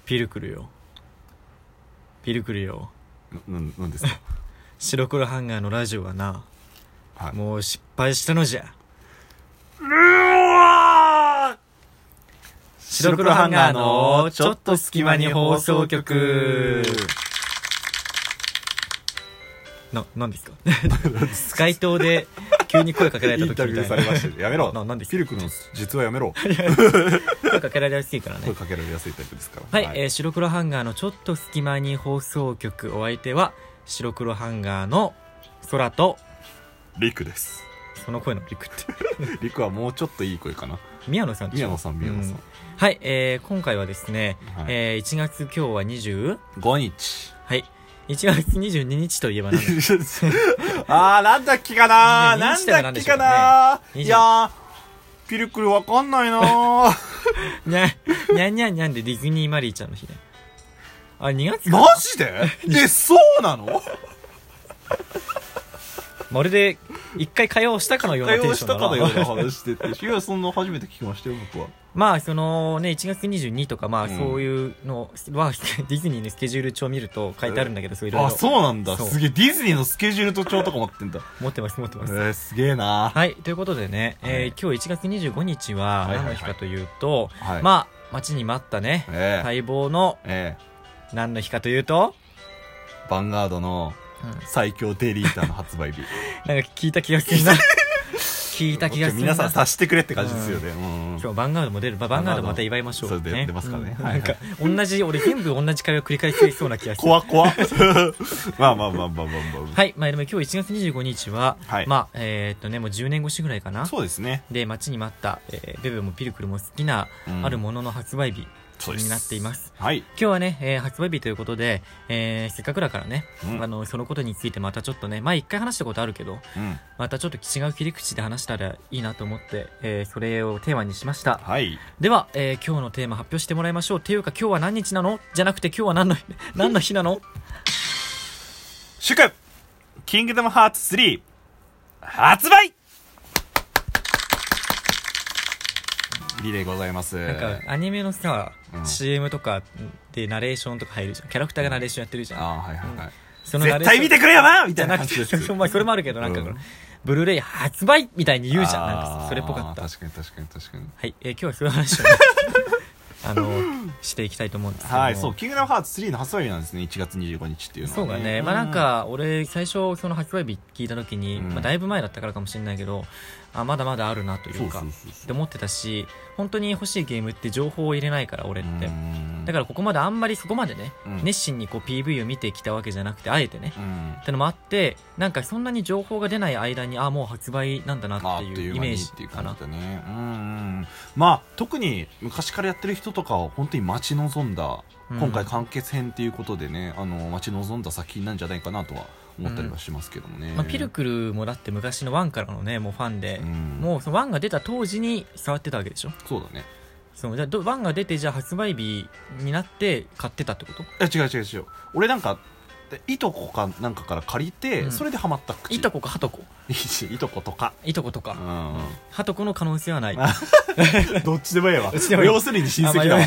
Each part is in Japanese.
ピルクルよ。ピルクルよ。 なんですか？ 白黒ハンガーのラジオはな、 はい、 もう失敗したのじゃ。白黒ハンガーのちょっと隙間に放送局。なんですか？街頭で急に声かけられた時みたいな。 インタビューされました。やめろ。 なんですか？ ピルクルの実はやめろ。 声かけられやすいからね。 声かけられやすいタイプですから。 はい、白黒ハンガーのちょっと隙間に放送局、お相手は白黒ハンガーの空とリクです。 その声のリクってリクはもうちょっといい声かな。 宮野さん。 宮野さん。 はい、今回はですね、 はい、 1月今日は 25日。 はい、1月22日といえば何なんだっけかな。なんだっけかな。いやー、ピルクルわかんないなにゃんにゃんにゃんでディズニーマリーちゃんの日ね。あ、2月か。 マジでそうなの？ まるで一回会話をしたかのようなテンションだな。 会話したかのような話してていや、そんな初めて聞きましたよ僕は。 まあそのね、1月22とかまあそういうのは、ディズニーのスケジュール帳見ると書いてあるんだけど、そういろいろ。 あ、そうなんだ。すげえ、ディズニーのスケジュールと帳とか持ってんだ。 持ってます。 すげえな。 はい、ということでね、今日1月25日は何の日かというと、まあ待ちに待ったね、待望の何の日かというと、 ヴァンガードの最強デリーターの発売日。 なんか聞いた気がするな。聞いた気がするな。 皆さん察してくれって感じですよね。 今日ヴァンガードも出る。ヴァンガードまた祝いましょう。 そう出ますかね。 なんか俺全部同じ会話繰り返しそうな気がする。 怖まあ。 はい、まあでも今日1月25日は、まあもう10年越しぐらいかな。 そうですね。 で、待ちに待った、ベベもピルクルも好きなあるものの発売日になっています。 はい。 今日はね、発売日ということで、せっかくだからね、そのことについてまたちょっとね、前一回話したことあるけど、またちょっと違う切り口で話したらいいなと思って、それをテーマにしました。 はい。 では、今日のテーマ発表してもらいましょう。っていうか今日は何日なの？じゃなくて今日は何の日なの？ 祝キングダムハーツ3発売日でございます。 なんかアニメのさ、CM とかでナレーションとか入るじゃん。キャラクターがナレーションやってるじゃん。その絶対見てくれよなみたいな感じです。 それもあるけど、なんかブルーレイ発売みたいに言うじゃん。なんかそれっぽかった。 確かに。 はい、今日はそういう話をしていきたいと思うんですけども。 はい、そう、キングダムハーツ3の発売日なんですね。1月25日っていうのは、 そうだね。まあなんか俺最初その発売日聞いた時に、まあだいぶ前だったからかもしれないけど、まだまだあるなというかって思ってたし、本当に欲しいゲームって情報を入れないから俺って。だからここまであんまりそこまでね、熱心にこう PV を見てきたわけじゃなくて、あえてね、ってのもあって、なんかそんなに情報が出ない間にもう発売なんだなっていうイメージかな。 まあ特に昔からやってる人とかは本当に待ち望んだ、今回完結編っていうことでね、待ち望んだ作品なんじゃないかなとは思ったりはしますけどもね。 まあ、ピルクルもだって昔の1からのね、もうファンで、もうその1が出た当時に触ってたわけでしょ。 そうだね。 そうじゃあ1が出て、じゃあ発売日になって買ってたってこと？ 違う。俺なんかいとこかなんかから借りて、それでハマった口。 いとこかはとこ。 いとことか。 はとこの可能性はない。 どっちでもええわ。要するに親戚だわ。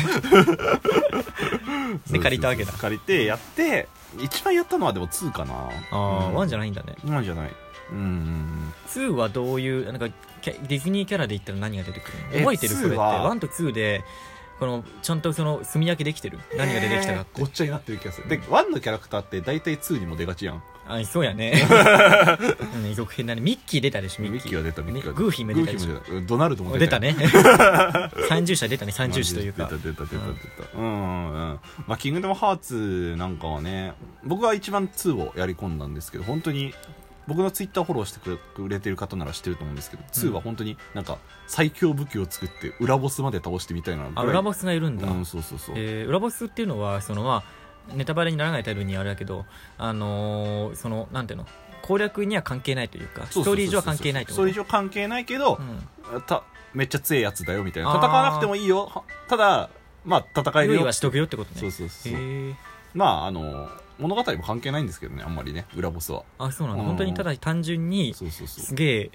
で借りたわけだ。 借りてやって、一番やったのはでも2かな。 1じゃないんだね。 1じゃない。 2はどういう、なんかディズニーキャラで言ったら何が出てくるの？覚えてる？それって1と2でこのちゃんとその炭焼きできてる？何が出てきたかって。 ごっちゃになってる気がする。で1のキャラクターって大体2にも出がちやん。 そうやね。続編だね。ミッキー出たでしょ。 ミッキーは出た。 グーフィーも出たでしょ。 ドナルドも出たね。三重視出たね。三重視というか出た。まあキングダムハーツなんかはね、僕は一番2をやり込んだんですけど、本当に僕のツイッターフォローしてくれてる方なら知ってると思うんですけど、2は本当になんか最強武器を作って裏ボスまで倒してみたいな。 裏ボスがいるんだ。 そう。 裏ボスっていうのはそのネタバレにならないタイプにあれだけど、そのなんていうの、攻略には関係ないというか、ストーリー上は関係ないと。 ストーリー上関係ないけど、めっちゃ強いやつだよみたいな。戦わなくてもいいよ。ただまあ戦えるよ。 用意はしとくよってことね。 そう。まあ物語も関係ないんですけどね、あんまりね、裏ボスは。 そうなの。本当にただ単純にすげえ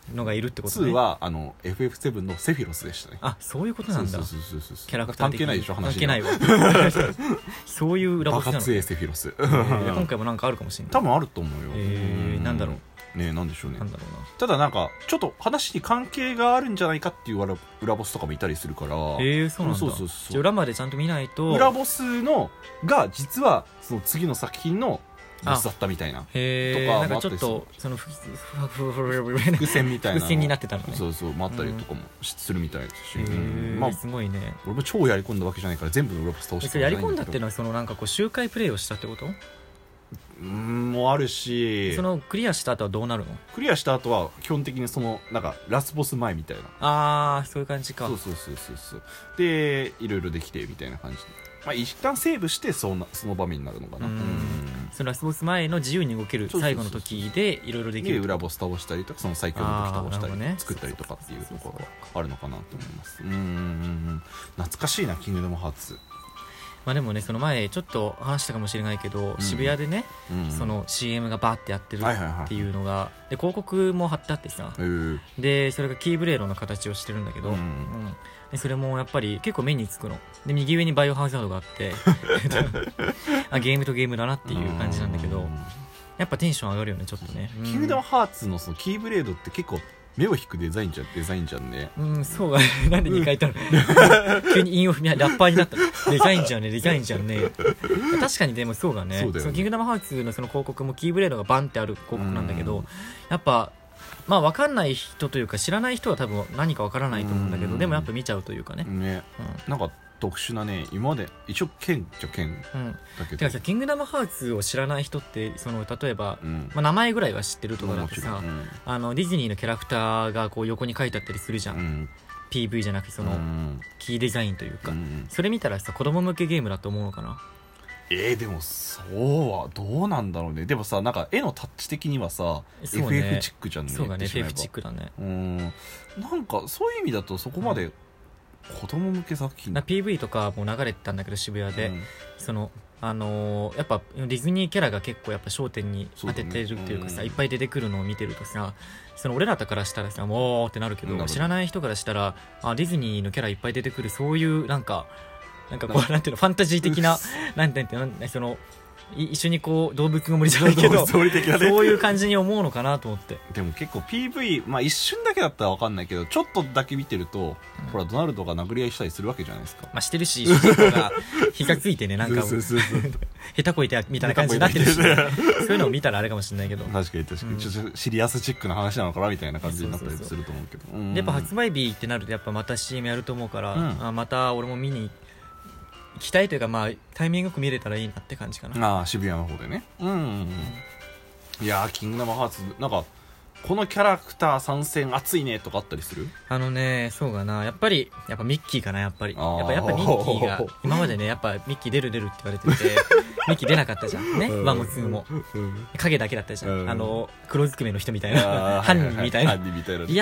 のがいるってことね。 2はFF7 のセフィロスでしたね。 あ、そういうことなんだ。 そうキャラクター的に関係ないでしょ、話関係ないわそういう裏ボスなの。 爆発 A セフィロス今回もなんかあるかもしれない。 多分あると思うよ。 なんだろうね、なんでしょうね。 なんだろうな。 ただなんかちょっと話に関係があるんじゃないかっていう裏ボスとかもいたりするから。 そうなんだ。 そうじゃあ裏までちゃんと見ないと。 裏ボスのが実はその次の作品のボスだったみたいな。とかなんかちょっとその伏線みたいな伏線になってたのね。 そうそう、もあったりとかもするみたいですし、 まあすごいね。 俺も超やり込んだわけじゃないから全部の裏ボス倒してた。 やり込んだっていうのはそのなんかこう周回プレイをしたってこと？ もあるし、 そのクリアした後はどうなるの？ クリアした後は基本的にそのなんかラスボス前みたいな。 そういう感じか。 そうでいろいろできてみたいな感じで、まあ、一旦セーブしてその場面になるのかな。 そのラスボス前の自由に動ける最後の時でいろいろできる。 裏ボス倒したりとかその最強の武器倒したり、作ったりとかっていうところあるのかなと思います。懐かしいな、キングダムハーツ。 まあでもね、その前ちょっと話したかもしれないけど、渋谷でね、その CM がバーってやってるっていうのが、で広告も貼ってあってさ、でそれがキーブレードの形をしてるんだけど、でそれもやっぱり結構目につくので、右上にバイオハザードがあってゲームとゲームだなっていう感じなんだけど、やっぱテンション上がるよね、ちょっとね。 キングダムハーツのそのキーブレードって結構目を引くデザインじゃんね。 そうだね。なんで2回言ったの急に韻を踏み、ラッパーになったの。デザインじゃんね。確かにでもそうだね。そのキングダムハーツのその広告もキーブレードがバンってある広告なんだけど、やっぱ、まあ分かんない人というか知らない人は多分何か分からないと思うんだけど、でもやっぱ見ちゃうというかね。 なんか特殊なね、今まで一応剣じゃ剣だけど、 てかさ、キングダムハーツを知らない人ってその例えば、名前ぐらいは知ってるとかだとさ、ディズニーのキャラクターがこう横に書いてあったりするじゃん、PV じゃなくてその、キーデザインというか、それ見たらさ子供向けゲームだと思うのかな。 でもそうはどうなんだろうね。でもさ、なんか絵のタッチ的にはさ、FF チックじゃんね。 そうだね、FF チックだね。 なんかそういう意味だとそこまで子供向け作品、 PV とかも流れてたんだけど渋谷で、そのやっぱディズニーキャラが結構やっぱ焦点に当ててるっていうかさ、いっぱい出てくるのを見てるとさ、その俺らからしたらさもうってなるけど、知らない人からしたらディズニーのキャラいっぱい出てくる、そういうなんかこうなんていうの、ファンタジー的ななんていうの、その一緒にこう動物の森じゃないけどそういう感じに思うのかなと思って。 でも結構 PV、まあ一瞬だけだったら分かんないけど、ちょっとだけ見てると、ほらドナルドが殴り合いしたりするわけじゃないですか。 まあしてるし、主人公が火がついてね、なんか下手こいてみたいな感じになってるし、そういうのを見たらあれかもしれないけど、 確かにちょっとシリアスチックな話なのかなみたいな感じになったりすると思うけど、 やっぱ発売日ってなるとやっぱまた CM やると思うから、また俺も見に行きたいというか、まあタイミングよく見れたらいいなって感じかな。 渋谷の方でね。いやー、キングダムハーツなんかこのキャラクター参戦熱いねとかあったりする？ そうかな、やっぱミッキーかな。やっぱミッキーが今までね、やっぱミッキー出るって言われててミッキー出なかったじゃんね、1も2も影だけだったじゃん、黒ずくめの人みたいな犯人みたいな。やっと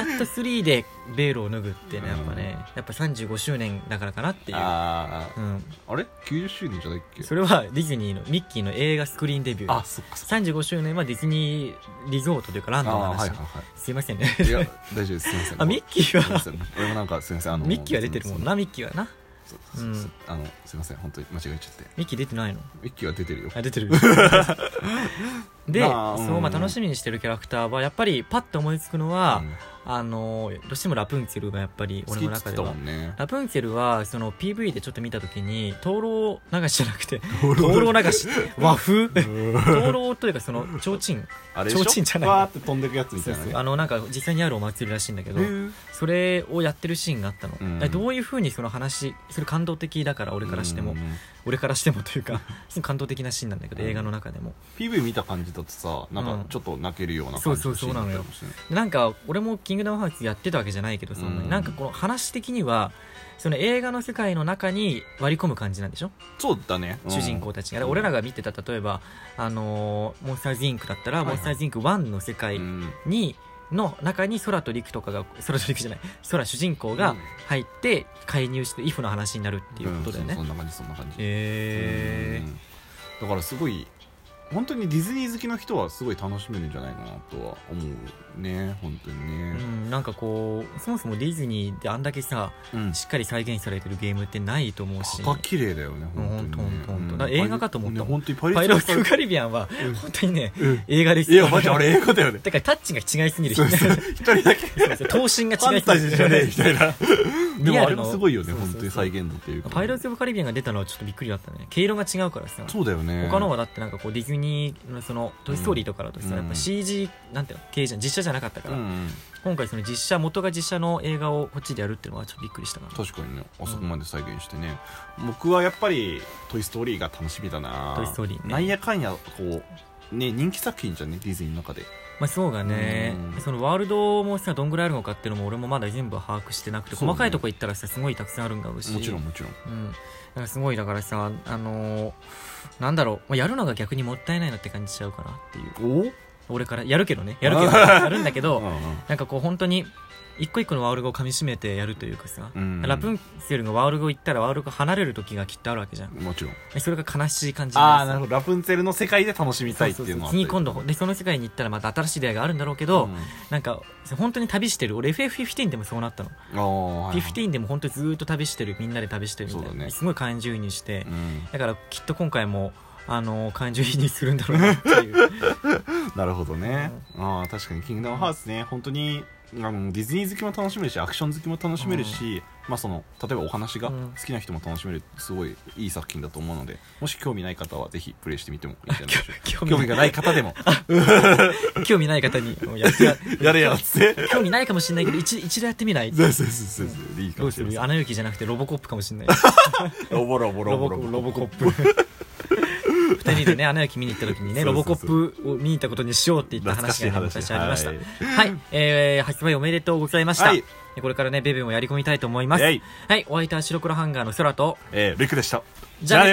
3でベールを脱ぐってね、やっぱ35周年だからかなっていう。あれ90周年じゃないっけ？ それはディズニーのミッキーの映画スクリーンデビュー。 そっか。 35周年はディズニーリゾートというかランドの話。すいませんね。 いや大丈夫です、すいません。 ミッキーは俺もなんかすいません、 ミッキーは出てるもんな。ミッキーはな、 すいません、本当に間違えちゃって。 ミッキー出てないの？ ミッキーは出てるよ。 出てるで、楽しみにしてるキャラクターはやっぱりパッと思いつくのは、どうしてもラプンツェルがやっぱり俺の中では、ラプンツェルはその PV でちょっと見た時に灯籠流しじゃなくて灯籠流し和風灯籠というかその提灯じゃない、 わーって飛んでくやつみたいなね。 なんか実際にあるお祭りらしいんだけど、それをやってるシーンがあったの。どういう風にその話それ感動的だから、俺からしてもというか感動的なシーンなんだけど、映画の中でも PV 見た感じだとさ、なんかちょっと泣けるような感じのシーンだったかもしれない。 なんか俺もキングダムハーツやってたわけじゃないけど、そんなになんかこの話的にはその映画の世界の中に割り込む感じなんでしょ。 そうだね、 主人公たちが、俺らが見てた例えばモンスターズインクだったら、モンスターズインク1の世界にの中に空と陸とかが、空と陸じゃない、主人公が入って介入してイフの話になるっていうことだよね。 そんな感じだからすごい本当にディズニー好きの人はすごい楽しめるんじゃないかなとは思うね、本当にね。 なんかこうそもそもディズニーであんだけさ、しっかり再現されてるゲームってないと思うし、 綺麗だよね、本当にね。 だ映画かと思ったもん、 本当にパイロット・オブ・カリビアンは本当にね、映画ですよ。いやマジあれ映画だよね。 だからタッチが違いすぎるし、 一人だけ頭身が違いすぎる。 ファンタジーじゃねえみたいな。でもあれもすごいよね、本当に再現度っていうか。 パイロット・オブ・カリビアンが出たのはちょっとびっくりだったね。毛色が違うからさ。 そうだよね。 他のはだってなんかこうディズニーのそのトイ・ストーリーとかだとさ、やっぱ CG なんていうの系じゃん、実写じゃなかったから、今回その元が実写の映画をこっちでやるっていうのはちょっとびっくりしたかな。 確かにね、あそこまで再現してね。僕はやっぱりトイ・ストーリーが楽しみだな。 トイ・ストーリーね。 なんやかんやこうね、人気作品じゃんね、ディズニーの中で。 まあそうがね、そのワールドもさどんぐらいあるのかっていうのも俺もまだ全部把握してなくて、細かいとこ行ったらさすごいたくさんあるんだろうし、 もちろん、だからすごい、だからさなんだろう、やるのが逆にもったいないなって感じちゃうかなっていう。俺からやるけどやるんだけどなんかこう本当に一個一個のワールドを噛み締めてやるというかさ、ラプンツェルがワールド行ったらワールドが離れる時がきっとあるわけじゃん。もちろんそれが悲しい感じ。 なるほど、ラプンツェルの世界で楽しみたいっていうのは次今度でその世界に行ったらまた新しい出会いがあるんだろうけど、なんか本当に旅してる。俺 FF15 でもそうなったの。15でも本当にずっと旅してる、みんなで旅してるみたいな、すごい感情移入して、だからきっと今回も感情移入するんだろうなっていうなるほどね。確かにキングダムハーツね、本当にディズニー好きも楽しめるし、アクション好きも楽しめるし、その例えばお話が好きな人も楽しめる、すごいいい作品だと思うので、もし興味ない方はぜひプレイしてみてもいいんじゃないでしょうか。興味がない方でも興味ない方にやれやって興味ないかもしれないけど一度やってみない。 そういいかもしれない。 どうする？アナ雪じゃなくてロボコップかもしれない。 ロボコップ 2人でね、アナ雪見に行った時にね、ロボコップを見に行ったことにしようって言った話が昔ありました。はい、発売おめでとうございました。これからねベベもやり込みたいと思います。はい、お相手は白黒ハンガーの空とリクでした。 じゃあね。